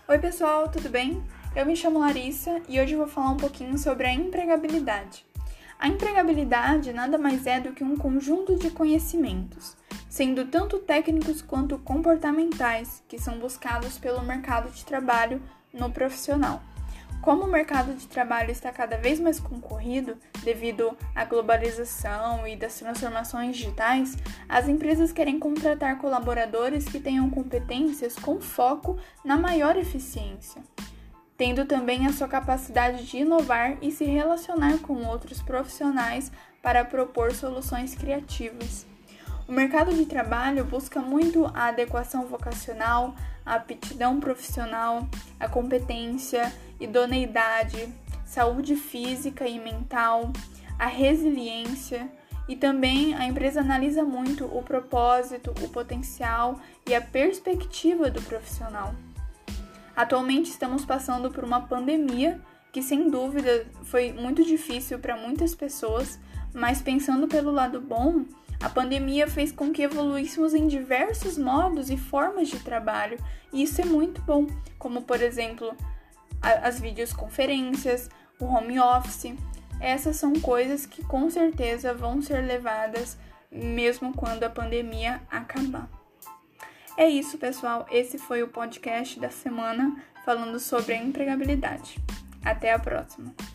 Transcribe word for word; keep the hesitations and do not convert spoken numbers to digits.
Oi pessoal, tudo bem? Eu me chamo Larissa e hoje eu vou falar um pouquinho sobre a empregabilidade. A empregabilidade nada mais é do que um conjunto de conhecimentos, sendo tanto técnicos quanto comportamentais, que são buscados pelo mercado de trabalho no profissional. Como o mercado de trabalho está cada vez mais concorrido devido à globalização e das transformações digitais, as empresas querem contratar colaboradores que tenham competências com foco na maior eficiência, tendo também a sua capacidade de inovar e se relacionar com outros profissionais para propor soluções criativas. O mercado de trabalho busca muito a adequação vocacional, a aptidão profissional, a competência, idoneidade, saúde física e mental, a resiliência e também a empresa analisa muito o propósito, o potencial e a perspectiva do profissional. Atualmente estamos passando por uma pandemia que, sem dúvida, foi muito difícil para muitas pessoas, mas pensando pelo lado bom, a pandemia fez com que evoluíssemos em diversos modos e formas de trabalho, e isso é muito bom, como, por exemplo, as videoconferências, o home office. Essas são coisas que com certeza vão ser levadas mesmo quando a pandemia acabar. É isso, pessoal. Esse foi o podcast da semana falando sobre a empregabilidade. Até a próxima!